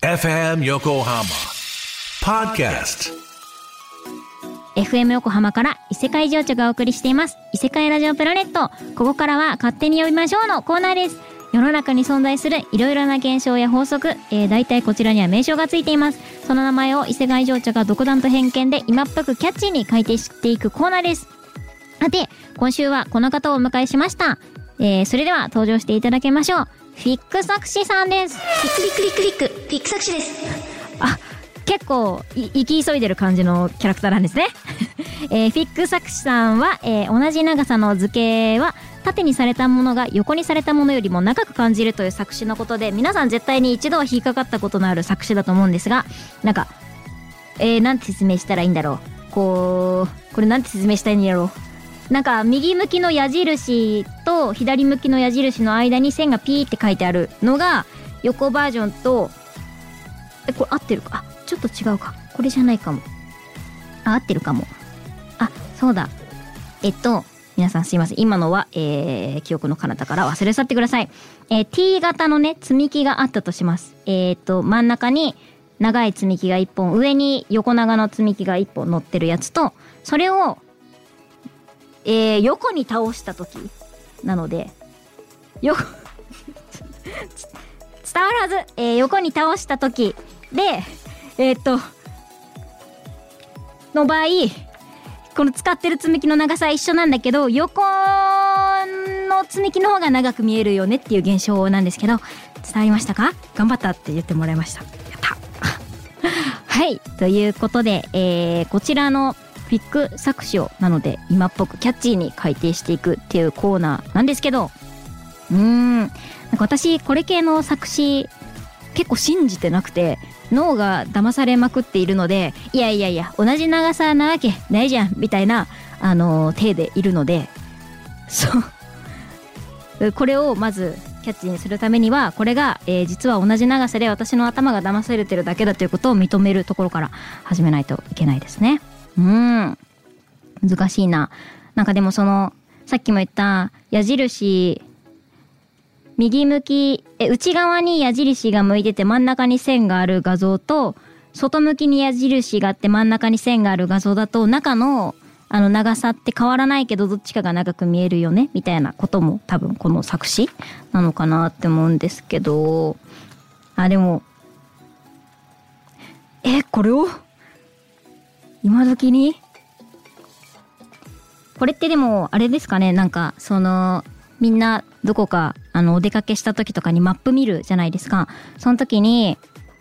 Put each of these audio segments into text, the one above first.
FM 横浜 Podcast FM 横浜から異世界情緒がお送りしています異世界ラジオプラネット。ここからは勝手に呼びましょうのコーナーです。世の中に存在するいろいろな現象や法則、大体こちらには名称がついています。その名前を異世界情緒が独断と偏見で今っぽくキャッチーに改定していくコーナーです。さて今週はこの方をお迎えしました。それでは登場していただきましょう。フィック作詞さんです。 ビックビックビックビックフィック作詞です。 あ、結構生き急いでる感じのキャラクターなんですね。フィック作詞さんは、同じ長さの図形は縦にされたものが横にされたものよりも長く感じるという作詞のことで、皆さん絶対に一度は引っかかったことのある作詞だと思うんですが、なんか、なんて説明したらいいんだろう。これなんて説明したらいいんだろう。なんか右向きの矢印と左向きの矢印の間に線がピーって書いてあるのが横バージョンと、これ合ってるか、ちょっと違うか、これじゃないかも、合ってるかも、そうだ、皆さんすいません、今のは、記憶の彼方から忘れ去ってください。T 型のね積み木があったとします。真ん中に長い積み木が1本、上に横長の積み木が1本乗ってるやつと、それを横に倒した時なので伝わるはず、横に倒した時での場合、この使ってる積み木の長さは一緒なんだけど、横の積み木の方が長く見えるよねっていう現象なんですけど、伝わりましたか？頑張ったって言ってもらいました。やったはい、ということで、こちらのフィック作詞をなので今っぽくキャッチーに改定していくっていうコーナーなんですけど、なんか私これ系の作詞結構信じてなくて、脳が騙されまくっているので、いや同じ長さなわけないじゃんみたいな体でいるので、これをまずキャッチにするためには、これが、実は同じ長さで私の頭が騙されてるだけだということを認めるところから始めないといけないですね。難しいな。なんかでもさっきも言った矢印、右向き、内側に矢印が向いてて真ん中に線がある画像と、外向きに矢印があって真ん中に線がある画像だと、中の長さって変わらないけどどっちかが長く見えるよねみたいなことも多分この作詞なのかなって思うんですけど、でもこれを今時にこれってでもあれですかね、なんかみんなどこかお出かけした時とかにマップ見るじゃないですか。その時に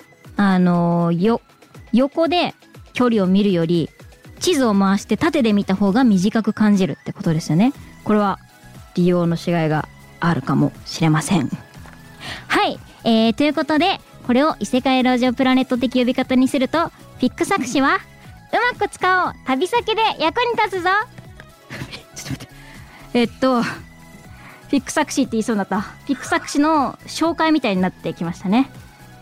横で距離を見るより地図を回して縦で見た方が短く感じるってことですよね。これは利用の違いがあるかもしれません。はい、ということでこれを異世界ラジオプラネット的呼び方にすると、フィック作詞はうまく使おう、旅先で役に立つぞちょっと待って、フィック作詞って言いそうになった。フィック作詞の紹介みたいになってきましたね。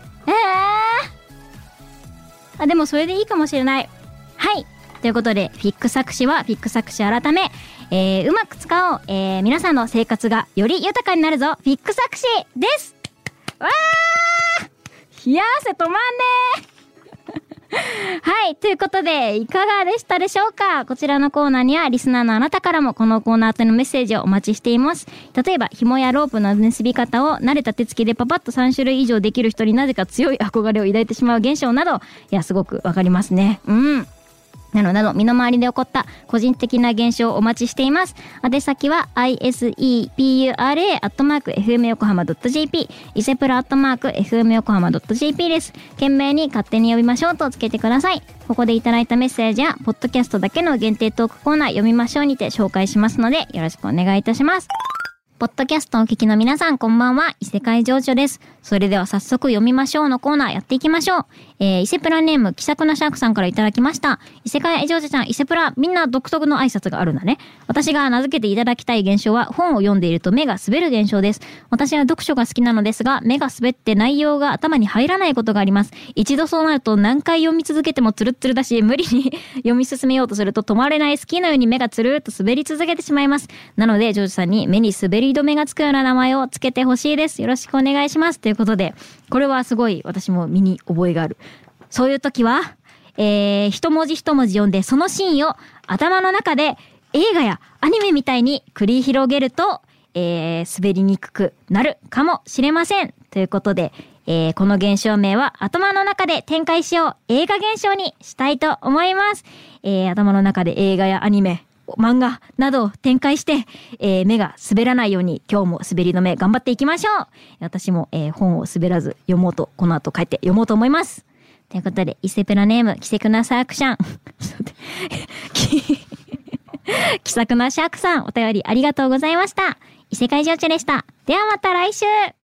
でもそれでいいかもしれない。はい、ということでフィック作詞はフィック作詞改め、うまく使おう、皆さんの生活がより豊かになるぞ、フィック作詞です。わー、冷や汗止まんねーはい、ということでいかがでしたでしょうか。こちらのコーナーにはリスナーのあなたからもこのコーナーとのメッセージをお待ちしています。例えば紐やロープの結び方を慣れた手つきでパパッと3種類以上できる人になぜか強い憧れを抱いてしまう現象など、いやすごくわかりますね。など身の回りで起こった個人的な現象をお待ちしています。宛先は isepura@fmyokohama.jp、 伊勢プラ@fmyokohama.jp です。懸命に勝手に呼びましょうとつけてください。ここでいただいたメッセージやポッドキャストだけの限定トークコーナー読みましょうにて紹介しますのでよろしくお願いいたします。ポッドキャストをお聞きの皆さんこんばんは、異世界情緒です。それでは早速読みましょうのコーナーやっていきましょう。伊勢プラネーム気さくなシャークさんからいただきました。異世界情緒ちゃん、伊勢プラ、みんな独特の挨拶があるんだね。私が名付けていただきたい現象は、本を読んでいると目が滑る現象です。私は読書が好きなのですが、目が滑って内容が頭に入らないことがあります。一度そうなると何回読み続けてもツルッツルだし、無理に読み進めようとすると止まれないスキーのように目がツルーっと滑り続けてしまいます。なので情緒さんに目に滑りり止めがつくような名前をつけてほしいです。よろしくお願いします。ということで、これはすごい私も身に覚えがある。そういう時は、一文字一文字読んで、そのシーンを頭の中で映画やアニメみたいに繰り広げると、滑りにくくなるかもしれません。ということで、この現象名は頭の中で展開しよう映画現象にしたいと思います。頭の中で映画やアニメ、漫画などを展開して、目が滑らないように今日も滑り止め頑張っていきましょう。私も、本を滑らず読もうと、この後帰って読もうと思います。ということで、伊勢ペラネーム、気さくなシャークさん。気さくなシャークさん、お便りありがとうございました。異世界情緒でした。ではまた来週。